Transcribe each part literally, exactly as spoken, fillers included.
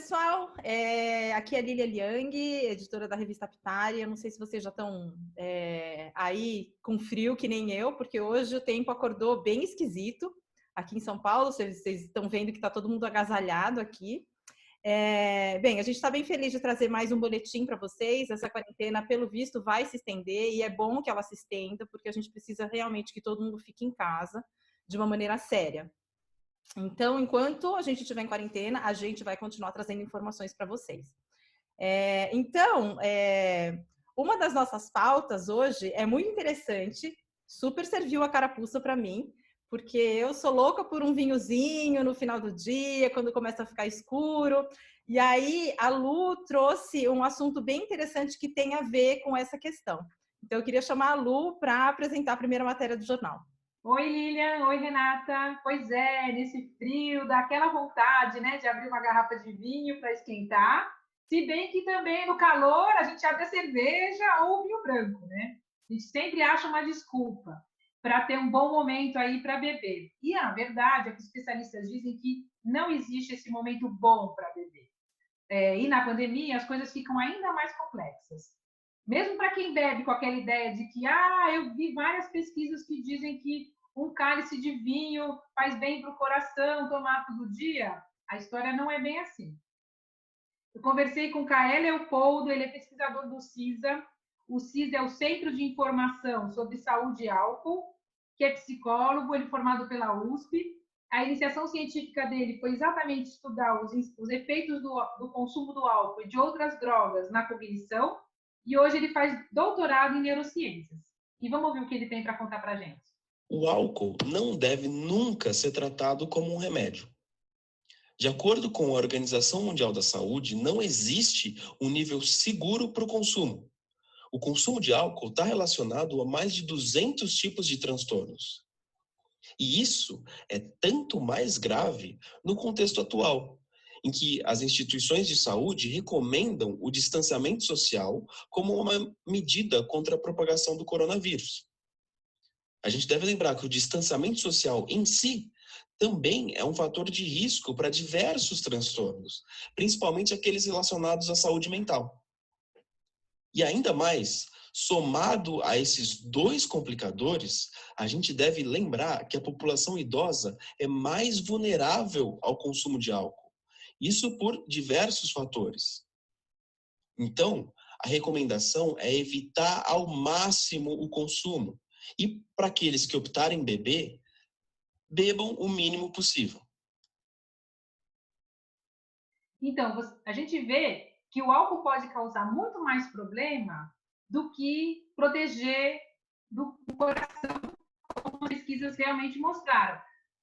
pessoal, é, aqui é a Lilia Liang, editora da revista Aptária. Não sei se vocês já estão é, aí com frio que nem eu, porque hoje o tempo acordou bem esquisito aqui em São Paulo. Vocês, vocês estão vendo que está todo mundo agasalhado aqui. É, bem, a gente está bem feliz de trazer mais um boletim para vocês. Essa quarentena, pelo visto, vai se estender e é bom que ela se estenda, porque a gente precisa realmente que todo mundo fique em casa de uma maneira séria. Então, enquanto a gente estiver em quarentena, a gente vai continuar trazendo informações para vocês. É, então, é, uma das nossas pautas hoje é muito interessante, super serviu a carapuça para mim, porque eu sou louca por um vinhozinho no final do dia, quando começa a ficar escuro. E aí, a Lu trouxe um assunto bem interessante que tem a ver com essa questão. Então, eu queria chamar a Lu para apresentar a primeira matéria do jornal. Oi, Lilian. Oi, Renata. Pois é, nesse frio, dá aquela vontade, né, de abrir uma garrafa de vinho para esquentar. Se bem que também no calor a gente abre a cerveja ou o vinho branco, né? A gente sempre acha uma desculpa para ter um bom momento aí para beber. E a verdade é que os especialistas dizem que não existe esse momento bom para beber. É, e na pandemia as coisas ficam ainda mais complexas. Mesmo para quem bebe com aquela ideia de que, ah, eu vi várias pesquisas que dizem que um cálice de vinho faz bem para o coração tomar todo dia, a história não é bem assim. Eu conversei com o Kael Leopoldo, ele é pesquisador do CISA. O CISA é o Centro de Informação sobre Saúde e Álcool, que é psicólogo, ele é formado pela U S P. A iniciação científica dele foi exatamente estudar os, os efeitos do, do consumo do álcool e de outras drogas na cognição, e hoje ele faz doutorado em neurociências. E vamos ouvir o que ele tem para contar para a gente. O álcool não deve nunca ser tratado como um remédio. De acordo com a Organização Mundial da Saúde, não existe um nível seguro para o consumo. O consumo de álcool está relacionado a mais de duzentos tipos de transtornos. E isso é tanto mais grave no contexto atual, em que as instituições de saúde recomendam o distanciamento social como uma medida contra a propagação do coronavírus. A gente deve lembrar que o distanciamento social em si também é um fator de risco para diversos transtornos, principalmente aqueles relacionados à saúde mental. E ainda mais, somado a esses dois complicadores, a gente deve lembrar que a população idosa é mais vulnerável ao consumo de álcool. Isso por diversos fatores. Então, a recomendação é evitar ao máximo o consumo. E para aqueles que optarem beber, bebam o mínimo possível. Então, a gente vê que o álcool pode causar muito mais problema do que proteger do coração, como as pesquisas realmente mostraram.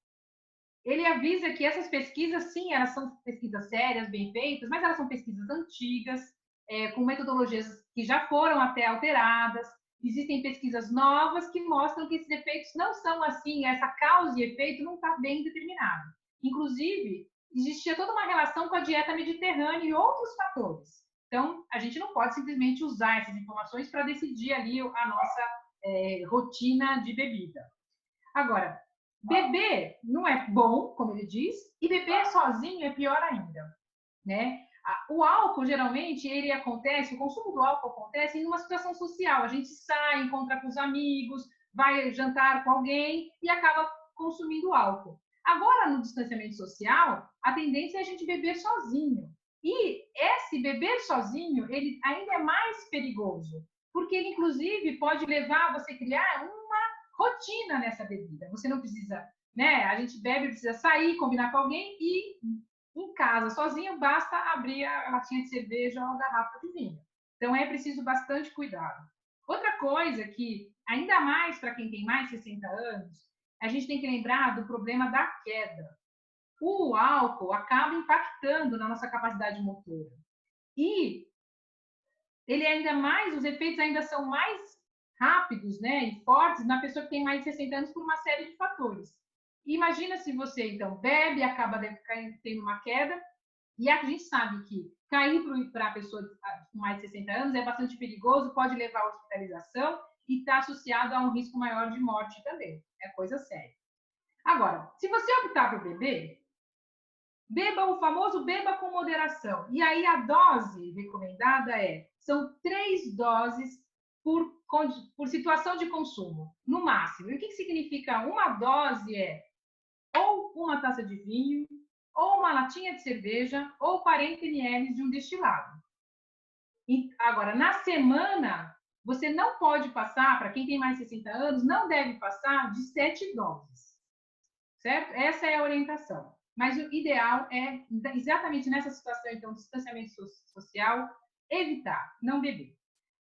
Ele avisa que essas pesquisas, sim, elas são pesquisas sérias, bem feitas, mas elas são pesquisas antigas, é, com metodologias que já foram até alteradas. Existem pesquisas novas que mostram que esses efeitos não são assim, essa causa e efeito não está bem determinado. Inclusive, existia toda uma relação com a dieta mediterrânea e outros fatores. Então, a gente não pode simplesmente usar essas informações para decidir ali a nossa é, rotina de bebida. Agora, beber não é bom, como ele diz, e beber sozinho é pior ainda, né? O álcool, geralmente, ele acontece, o consumo do álcool acontece em uma situação social. A gente sai, encontra com os amigos, vai jantar com alguém e acaba consumindo álcool. Agora, no distanciamento social, a tendência é a gente beber sozinho. E esse beber sozinho, ele ainda é mais perigoso, porque ele, inclusive, pode levar a você criar uma rotina nessa bebida. Você não precisa, né? A gente bebe, precisa sair, combinar com alguém e em casa, sozinho, basta abrir a latinha de cerveja ou a garrafa de vinho. Então, é preciso bastante cuidado. Outra coisa que, ainda mais para quem tem mais de sessenta anos, a gente tem que lembrar do problema da queda. O álcool acaba impactando na nossa capacidade motora. E ele ainda mais, os efeitos ainda são mais rápidos, né, e fortes na pessoa que tem mais de sessenta anos por uma série de fatores. Imagina se você, então, bebe, acaba tendo uma queda, e a gente sabe que cair para a pessoa com mais de sessenta anos é bastante perigoso, pode levar à hospitalização e está associado a um risco maior de morte também. É coisa séria. Agora, se você optar por beber, Beba o famoso beba com moderação. E aí a dose recomendada é, são três doses por, por situação de consumo, no máximo. E o que significa uma dose? É ou uma taça de vinho, ou uma latinha de cerveja, ou quarenta mililitros de um destilado. E, agora, na semana, você não pode passar, para quem tem mais de sessenta anos, não deve passar de sete doses. Certo? Essa é a orientação. Mas o ideal é, exatamente nessa situação, então, de distanciamento social, evitar, não beber.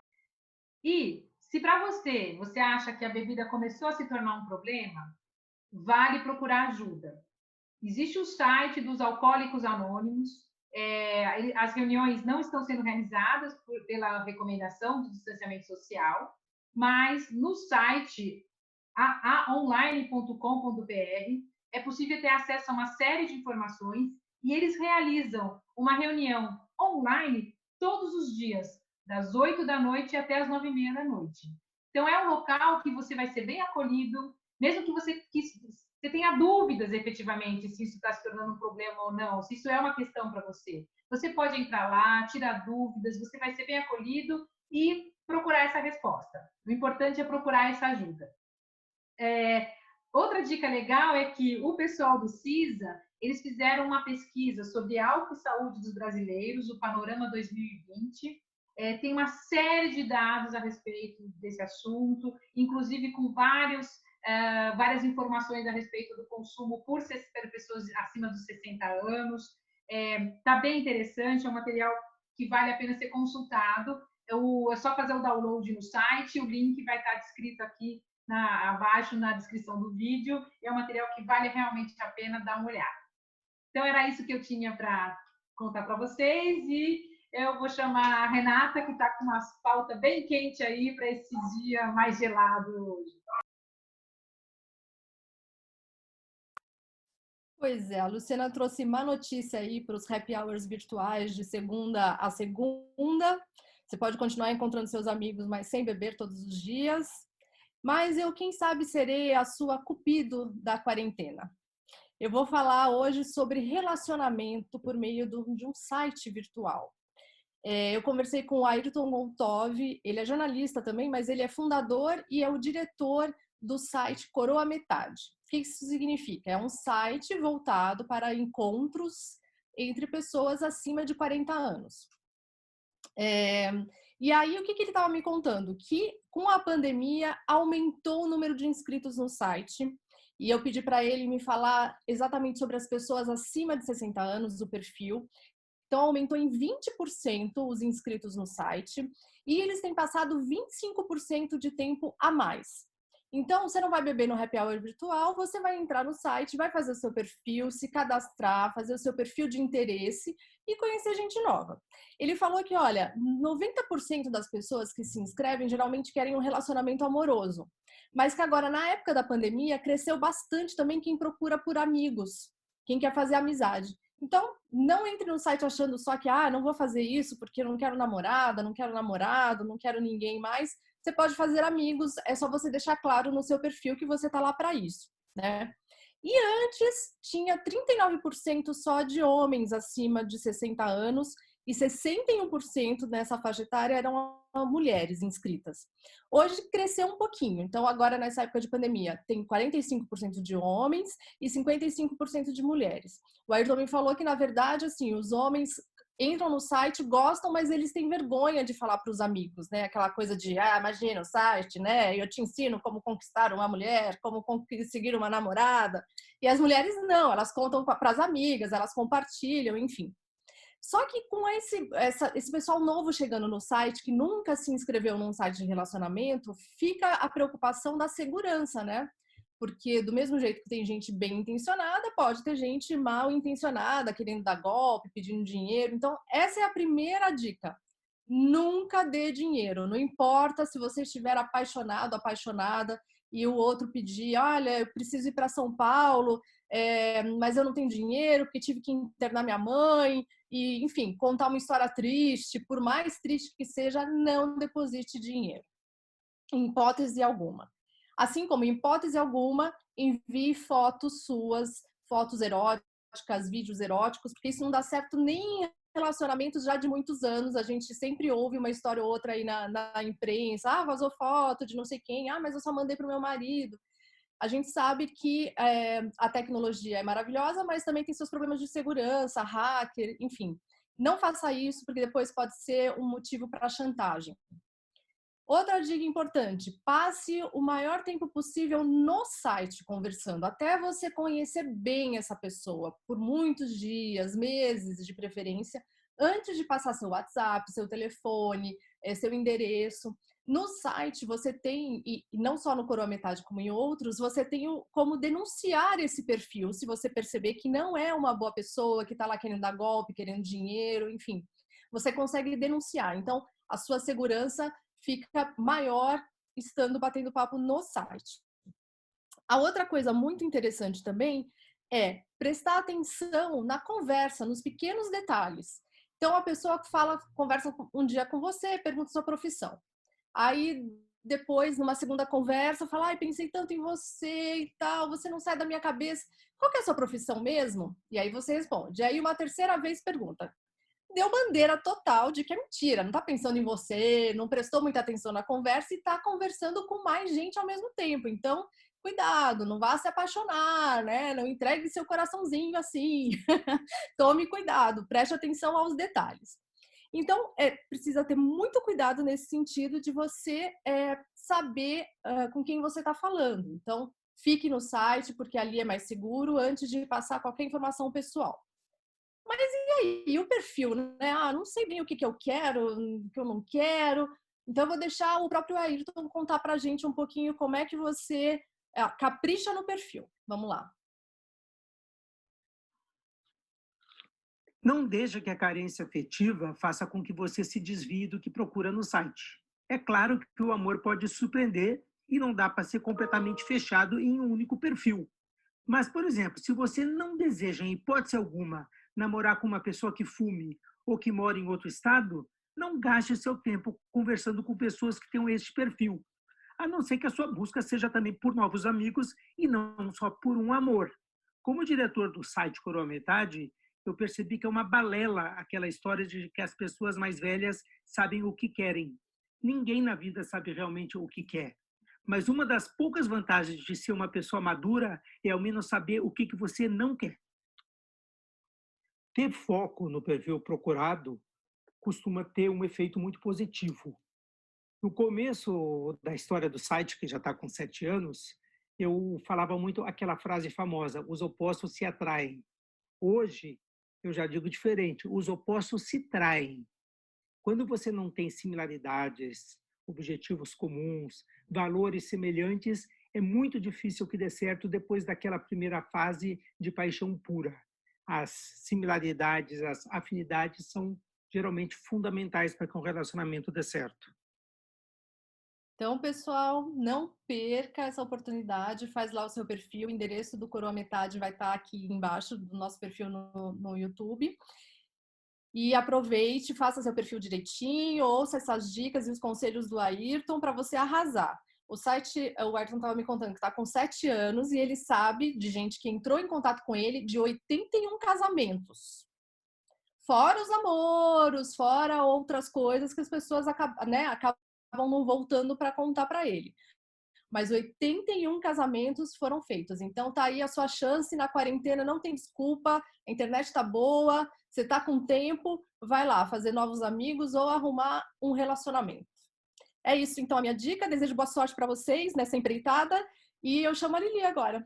E se para você, você acha que a bebida começou a se tornar um problema, vale procurar ajuda. Existe o site dos Alcoólicos Anônimos, é, as reuniões não estão sendo realizadas por, pela recomendação do distanciamento social, mas no site a a online ponto com ponto b r é possível ter acesso a uma série de informações e eles realizam uma reunião online todos os dias, das oito da noite até as nove e meia da noite. Então, é um local que você vai ser bem acolhido, mesmo que você, que você tenha dúvidas, efetivamente, se isso está se tornando um problema ou não, se isso é uma questão para você. Você pode entrar lá, tirar dúvidas, você vai ser bem acolhido e procurar essa resposta. O importante é procurar essa ajuda. É, outra dica legal é que o pessoal do CISA, eles fizeram uma pesquisa sobre álcool e saúde dos brasileiros, o Panorama dois mil e vinte. É, tem uma série de dados a respeito desse assunto, inclusive com vários, uh, várias informações a respeito do consumo por pessoas acima dos sessenta anos. Está é, bem interessante, é um material que vale a pena ser consultado. É só fazer o download no site, o link vai estar descrito aqui Na, abaixo na descrição do vídeo, é um material que vale realmente a pena dar uma olhada. Então, era isso que eu tinha para contar para vocês e eu vou chamar a Renata, que está com uma pauta bem quente aí para esse dia mais gelado hoje. Pois é, a Luciana trouxe má notícia aí para os happy hours virtuais de segunda a segunda. Você pode continuar encontrando seus amigos, mas sem beber todos os dias. Mas eu, quem sabe, serei a sua cupido da quarentena. Eu vou falar hoje sobre relacionamento por meio de um site virtual. É, eu conversei com o Ayrton Moltov, ele é jornalista também, mas ele é fundador e é o diretor do site Coroa Metade. O que isso significa? É um site voltado para encontros entre pessoas acima de quarenta anos. É, e aí, o que, que ele estava me contando? Que com a pandemia aumentou o número de inscritos no site e eu pedi para ele me falar exatamente sobre as pessoas acima de sessenta anos, do perfil. Então, aumentou em vinte por cento os inscritos no site e eles têm passado vinte e cinco por cento de tempo a mais. Então, você não vai beber no happy hour virtual, você vai entrar no site, vai fazer o seu perfil, se cadastrar, fazer o seu perfil de interesse e conhecer gente nova. Ele falou que, olha, noventa por cento das pessoas que se inscrevem geralmente querem um relacionamento amoroso, mas que agora, na época da pandemia, cresceu bastante também quem procura por amigos, quem quer fazer amizade. Então, não entre no site achando só que, ah, não vou fazer isso porque eu não quero namorada, não quero namorado, não quero ninguém mais. Você pode fazer amigos, é só você deixar claro no seu perfil que você está lá para isso, né? E antes, tinha trinta e nove por cento só de homens acima de sessenta anos e sessenta e um por cento nessa faixa etária eram mulheres inscritas. Hoje cresceu um pouquinho, então agora nessa época de pandemia tem quarenta e cinco por cento de homens e cinquenta e cinco por cento de mulheres. O Ayrton me falou que, na verdade, assim, os homens entram no site, gostam, mas eles têm vergonha de falar para os amigos, né? Aquela coisa de, ah, imagina o site, né? Eu te ensino como conquistar uma mulher, como conseguir uma namorada. E as mulheres não, elas contam para as amigas, elas compartilham, enfim. Só que com esse, essa, esse pessoal novo chegando no site, que nunca se inscreveu num site de relacionamento, fica a preocupação da segurança, né? Porque do mesmo jeito que tem gente bem intencionada, pode ter gente mal intencionada, querendo dar golpe, pedindo dinheiro. Então, essa é a primeira dica. Nunca dê dinheiro. Não importa se você estiver apaixonado, apaixonada, e o outro pedir, olha, eu preciso ir para São Paulo, é, mas eu não tenho dinheiro, porque tive que internar minha mãe, e, enfim, contar uma história triste, por mais triste que seja, não deposite dinheiro, em hipótese alguma. Assim como, em hipótese alguma, envie fotos suas, fotos eróticas, eróticas, vídeos eróticos, porque isso não dá certo nem em relacionamentos já de muitos anos. A gente sempre ouve uma história ou outra aí na, na imprensa, ah, vazou foto de não sei quem, ah, mas eu só mandei pro meu marido. A gente sabe que é, a tecnologia é maravilhosa, mas também tem seus problemas de segurança, hacker, enfim. Não faça isso, porque depois pode ser um motivo para chantagem. Outra dica importante, passe o maior tempo possível no site conversando, até você conhecer bem essa pessoa, por muitos dias, meses de preferência, antes de passar seu WhatsApp, seu telefone, seu endereço. No site você tem, e não só no Coroa Metade como em outros, você tem como denunciar esse perfil, se você perceber que não é uma boa pessoa, que está lá querendo dar golpe, querendo dinheiro, enfim. Você consegue denunciar. Então, a sua segurança fica maior estando batendo papo no site. A outra coisa muito interessante também é prestar atenção na conversa, nos pequenos detalhes. Então, a pessoa que fala, conversa um dia com você, pergunta sua profissão. Aí, depois, numa segunda conversa, fala, ai, pensei tanto em você e tal, você não sai da minha cabeça. Qual que é a sua profissão mesmo? E aí você responde. Aí, uma terceira vez pergunta. Deu bandeira total de que é mentira, não está pensando em você, não prestou muita atenção na conversa e está conversando com mais gente ao mesmo tempo. Então, cuidado, não vá se apaixonar, né? Não entregue seu coraçãozinho assim. Tome cuidado, preste atenção aos detalhes. Então, é, precisa ter muito cuidado nesse sentido de você é, saber uh, com quem você está falando. Então, fique no site, porque ali é mais seguro, antes de passar qualquer informação pessoal. Mas e aí? E o perfil, né? Ah, não sei bem o que, que eu quero, o que eu não quero. Então, eu vou deixar o próprio Ayrton contar pra gente um pouquinho como é que você é, capricha no perfil. Vamos lá. Não deixe que a carência afetiva faça com que você se desvie do que procura no site. É claro que o amor pode surpreender e não dá para ser completamente fechado em um único perfil. Mas, por exemplo, se você não deseja, em hipótese alguma, namorar com uma pessoa que fume ou que mora em outro estado, não gaste seu tempo conversando com pessoas que tenham este perfil, a não ser que a sua busca seja também por novos amigos e não só por um amor. Como diretor do site Coroa Metade, eu percebi que é uma balela aquela história de que as pessoas mais velhas sabem o que querem. Ninguém na vida sabe realmente o que quer. Mas uma das poucas vantagens de ser uma pessoa madura é ao menos saber o que, que você não quer. Ter foco no perfil procurado costuma ter um efeito muito positivo. No começo da história do site, que já está com sete anos, eu falava muito aquela frase famosa, os opostos se atraem. Hoje, eu já digo diferente, os opostos se traem. Quando você não tem similaridades, objetivos comuns, valores semelhantes, é muito difícil que dê certo depois daquela primeira fase de paixão pura. As similaridades, as afinidades são geralmente fundamentais para que um relacionamento dê certo. Então, pessoal, não perca essa oportunidade, faz lá o seu perfil, o endereço do Coroa Metade vai estar aqui embaixo do nosso perfil no, no YouTube. E aproveite, faça seu perfil direitinho, ouça essas dicas e os conselhos do Ayrton para você arrasar. O site, o Ayrton estava me contando que está com sete anos e ele sabe de gente que entrou em contato com ele de oitenta e um casamentos. Fora os namoros, fora outras coisas que as pessoas acabam, né, acabam não voltando para contar para ele. Mas oitenta e um casamentos foram feitos. Então tá aí a sua chance na quarentena, não tem desculpa, a internet tá boa, você tá com tempo, vai lá fazer novos amigos ou arrumar um relacionamento. É isso, então, a minha dica. Desejo boa sorte para vocês nessa empreitada e eu chamo a Lili agora.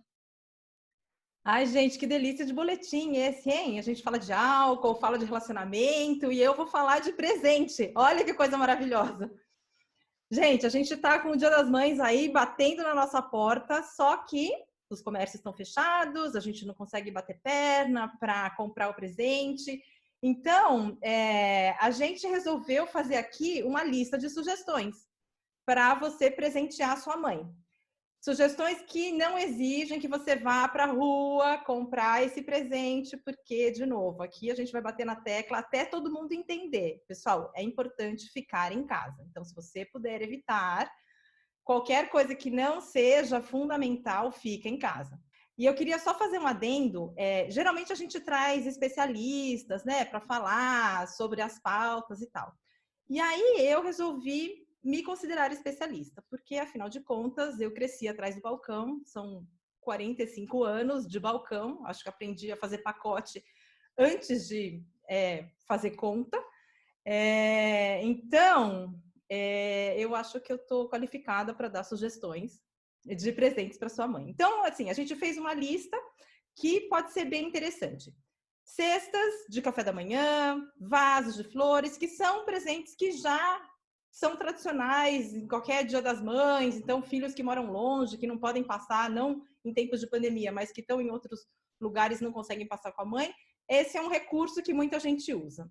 Ai, gente, que delícia de boletim esse, hein? A gente fala de álcool, fala de relacionamento e eu vou falar de presente. Olha que coisa maravilhosa. Gente, a gente está com o Dia das Mães aí batendo na nossa porta, só que os comércios estão fechados, a gente não consegue bater perna para comprar o presente. Então, é, a gente resolveu fazer aqui uma lista de sugestões para você presentear a sua mãe. Sugestões que não exigem que você vá para a rua comprar esse presente, porque, de novo, aqui a gente vai bater na tecla até todo mundo entender. Pessoal, é importante ficar em casa. Então, se você puder evitar, qualquer coisa que não seja fundamental, fica em casa. E eu queria só fazer um adendo. É, geralmente a gente traz especialistas, né, para falar sobre as pautas e tal. E aí eu resolvi me considerar especialista, porque afinal de contas eu cresci atrás do balcão, são quarenta e cinco anos de balcão, acho que aprendi a fazer pacote antes de é, fazer conta. É, então, é, eu acho que eu estou qualificada para dar sugestões de presentes para sua mãe. Então, assim, a gente fez uma lista que pode ser bem interessante. Cestas de café da manhã, vasos de flores, que são presentes que já são tradicionais em qualquer Dia das Mães. Então, filhos que moram longe, que não podem passar, não em tempos de pandemia, mas que estão em outros lugares não conseguem passar com a mãe. Esse é um recurso que muita gente usa.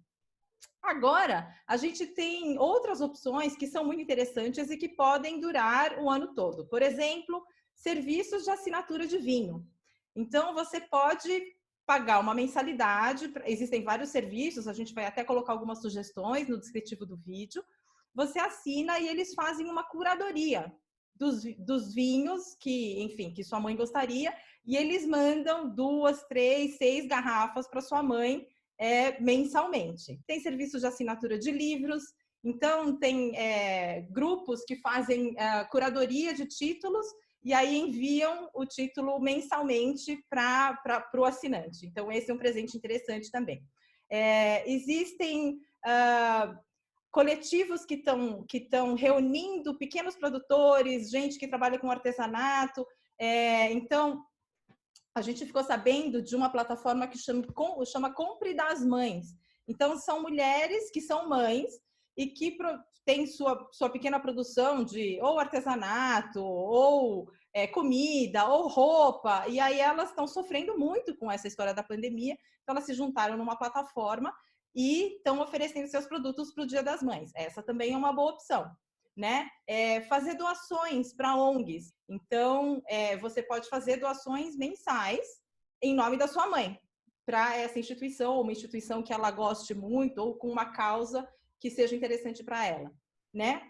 Agora, a gente tem outras opções que são muito interessantes e que podem durar o ano todo. Por exemplo, serviços de assinatura de vinho. Então, você pode pagar uma mensalidade, existem vários serviços, a gente vai até colocar algumas sugestões no descritivo do vídeo. Você assina e eles fazem uma curadoria dos, dos vinhos que, enfim, que sua mãe gostaria, e eles mandam duas, três, seis garrafas para sua mãe é, mensalmente. Tem serviços de assinatura de livros, então tem é, grupos que fazem é, curadoria de títulos e aí enviam o título mensalmente para o assinante. Então, esse é um presente interessante também. É, existem uh, coletivos que estão que estão reunindo pequenos produtores, gente que trabalha com artesanato. É, então, a gente ficou sabendo de uma plataforma que chama, chama Compre das Mães. Então, são mulheres que são mães e que têm sua, sua pequena produção de ou artesanato, ou é, comida, ou roupa. E aí elas estão sofrendo muito com essa história da pandemia. Então, elas se juntaram numa plataforma e estão oferecendo seus produtos para o Dia das Mães. Essa também é uma boa opção. Né? É, fazer doações para O N Gs. Então, é, você pode fazer doações mensais em nome da sua mãe, para essa instituição, ou uma instituição que ela goste muito, ou com uma causa que seja interessante para ela, né?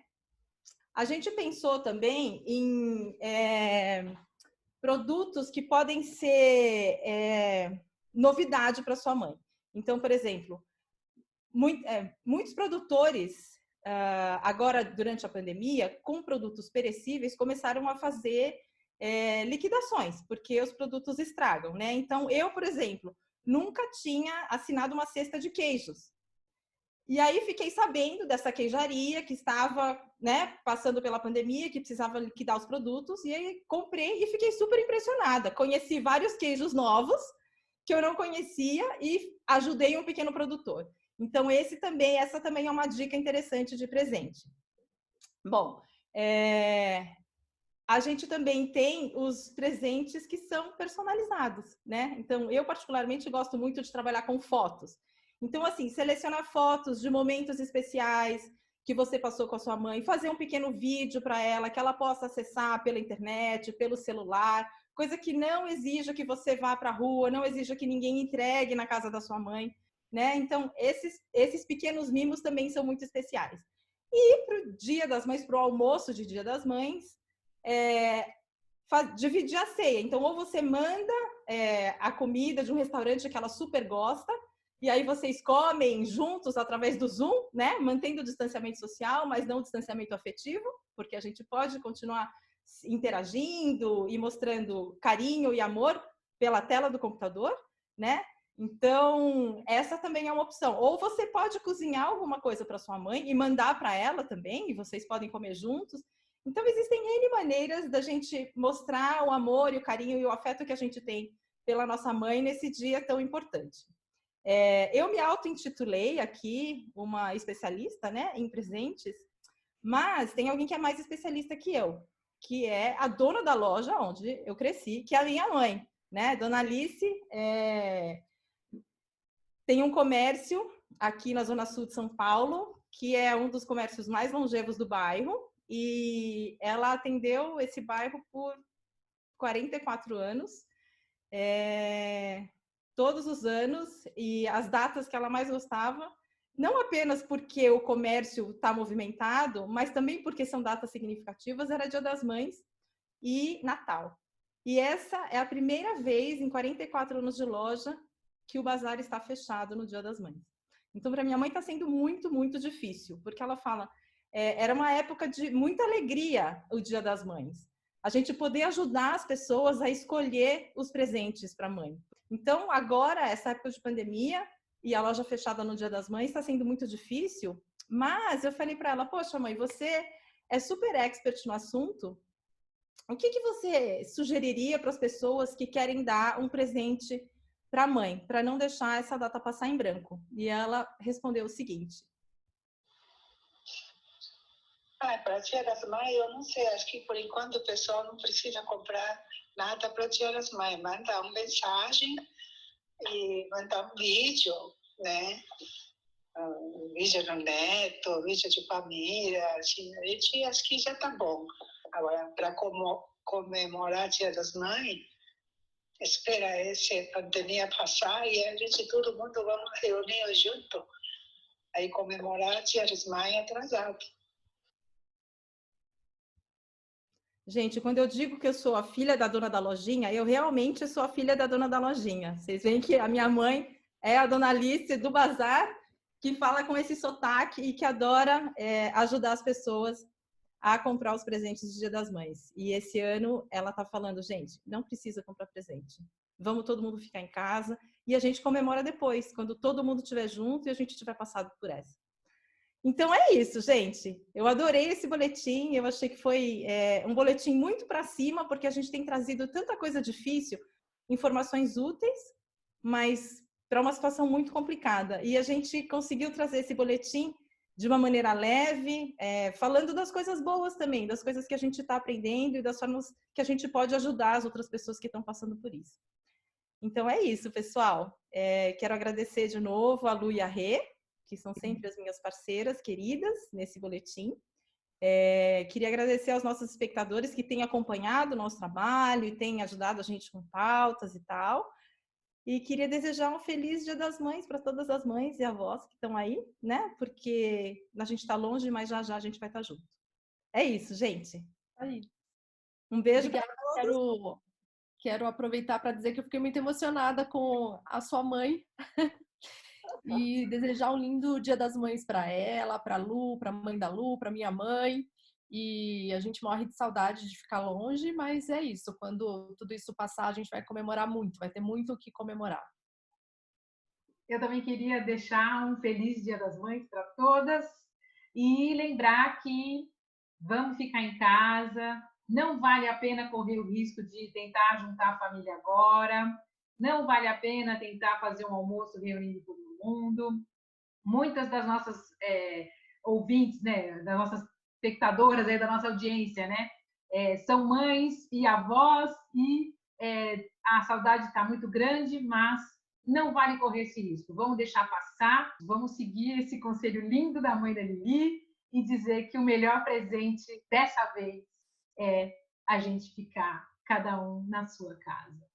A gente pensou também em é, produtos que podem ser é, novidade para sua mãe. Então, por exemplo, muito, é, muitos produtores Uh, agora, durante a pandemia, com produtos perecíveis, começaram a fazer é, liquidações, porque os produtos estragam, né? Então, eu, por exemplo, nunca tinha assinado uma cesta de queijos. E aí, fiquei sabendo dessa queijaria que estava, né, passando pela pandemia, que precisava liquidar os produtos, e aí comprei e fiquei super impressionada. Conheci vários queijos novos que eu não conhecia e ajudei um pequeno produtor. Então, esse também, essa também é uma dica interessante de presente. Bom, é, a gente também tem os presentes que são personalizados, né? Então, eu particularmente gosto muito de trabalhar com fotos. Então, assim, selecionar fotos de momentos especiais que você passou com a sua mãe, fazer um pequeno vídeo para ela, que ela possa acessar pela internet, pelo celular, coisa que não exija que você vá para a rua, não exija que ninguém entregue na casa da sua mãe. Né? Então, esses, esses pequenos mimos também são muito especiais. E para o Dia das Mães, para o almoço de Dia das Mães, é, faz, dividir a ceia. Então, ou você manda é, a comida de um restaurante que ela super gosta, e aí vocês comem juntos através do Zoom, né? Mantendo o distanciamento social, mas não o distanciamento afetivo, porque a gente pode continuar interagindo e mostrando carinho e amor pela tela do computador, né? Então, essa também é uma opção. Ou você pode cozinhar alguma coisa para sua mãe e mandar para ela também, e vocês podem comer juntos. Então, existem N maneiras da gente mostrar o amor e o carinho e o afeto que a gente tem pela nossa mãe nesse dia tão importante. É, eu me auto-intitulei aqui uma especialista, né, em presentes, mas tem alguém que é mais especialista que eu, que é a dona da loja onde eu cresci, que é a minha mãe, né? Dona Alice é... tem um comércio aqui na Zona Sul de São Paulo, que é um dos comércios mais longevos do bairro, e ela atendeu esse bairro por quarenta e quatro anos, é, todos os anos, e as datas que ela mais gostava, não apenas porque o comércio está movimentado, mas também porque são datas significativas, era Dia das Mães e Natal. E essa é a primeira vez em quarenta e quatro anos de loja que o bazar está fechado no Dia das Mães. Então, para minha mãe está sendo muito, muito difícil, porque ela fala, é, era uma época de muita alegria o Dia das Mães. A gente poder ajudar as pessoas a escolher os presentes para a mãe. Então, agora, essa época de pandemia e a loja fechada no Dia das Mães está sendo muito difícil, mas eu falei para ela, poxa, mãe, você é super expert no assunto, o que, que você sugeriria para as pessoas que querem dar um presente para a mãe, para não deixar essa data passar em branco? E ela respondeu o seguinte. Ah, para o Dia das Mães, eu não sei, acho que por enquanto o pessoal não precisa comprar nada para o Dia das Mães. Manda uma mensagem e manda um vídeo, né? Um vídeo no neto, um vídeo de família, assim, a gente acho que já tá bom. Agora, para comemorar o Dia das Mães, espera essa pandemia passar e a gente, todo mundo, vamos reunir junto, aí comemorar o Dia das Mães atrasado. Gente, quando eu digo que eu sou a filha da dona da lojinha, eu realmente sou a filha da dona da lojinha. Vocês veem que a minha mãe é a dona Alice do bazar, que fala com esse sotaque e que adora é, ajudar as pessoas a comprar os presentes do Dia das Mães. E esse ano ela tá falando, gente, não precisa comprar presente. Vamos todo mundo ficar em casa e a gente comemora depois, quando todo mundo estiver junto e a gente tiver passado por essa. Então é isso, gente. Eu adorei esse boletim. Eu achei que foi é, um boletim muito para cima, porque a gente tem trazido tanta coisa difícil, informações úteis, mas para uma situação muito complicada. E a gente conseguiu trazer esse boletim de uma maneira leve, é, falando das coisas boas também, das coisas que a gente está aprendendo e das formas que a gente pode ajudar as outras pessoas que estão passando por isso. Então é isso, pessoal. É, quero agradecer de novo a Lu e a Rê, que são sempre as minhas parceiras queridas nesse boletim. É, queria agradecer aos nossos espectadores que têm acompanhado o nosso trabalho e têm ajudado a gente com pautas e tal. E queria desejar um feliz Dia das Mães para todas as mães e avós que estão aí, né? Porque a gente está longe, mas já já a gente vai estar junto. É isso, gente. Aí. Um beijo. Obrigada. Quero, quero aproveitar para dizer que eu fiquei muito emocionada com a sua mãe. E desejar um lindo Dia das Mães para ela, para a Lu, para a mãe da Lu, para minha mãe. E a gente morre de saudade de ficar longe, mas é isso. Quando tudo isso passar, a gente vai comemorar muito, vai ter muito o que comemorar. Eu também queria deixar um feliz Dia das Mães para todas e lembrar que vamos ficar em casa, não vale a pena correr o risco de tentar juntar a família agora, não vale a pena tentar fazer um almoço reunindo todo mundo. Muitas das nossas é, ouvintes, né, das nossas espectadoras aí da nossa audiência, né, é, são mães e avós e é, a saudade está muito grande, mas não vale correr esse risco. Vamos deixar passar, vamos seguir esse conselho lindo da mãe da Lili e dizer que o melhor presente dessa vez é a gente ficar cada um na sua casa.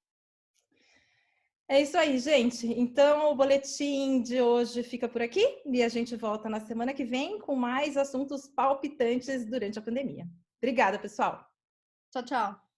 É isso aí, gente. Então, o boletim de hoje fica por aqui e a gente volta na semana que vem com mais assuntos palpitantes durante a pandemia. Obrigada, pessoal. Tchau, tchau.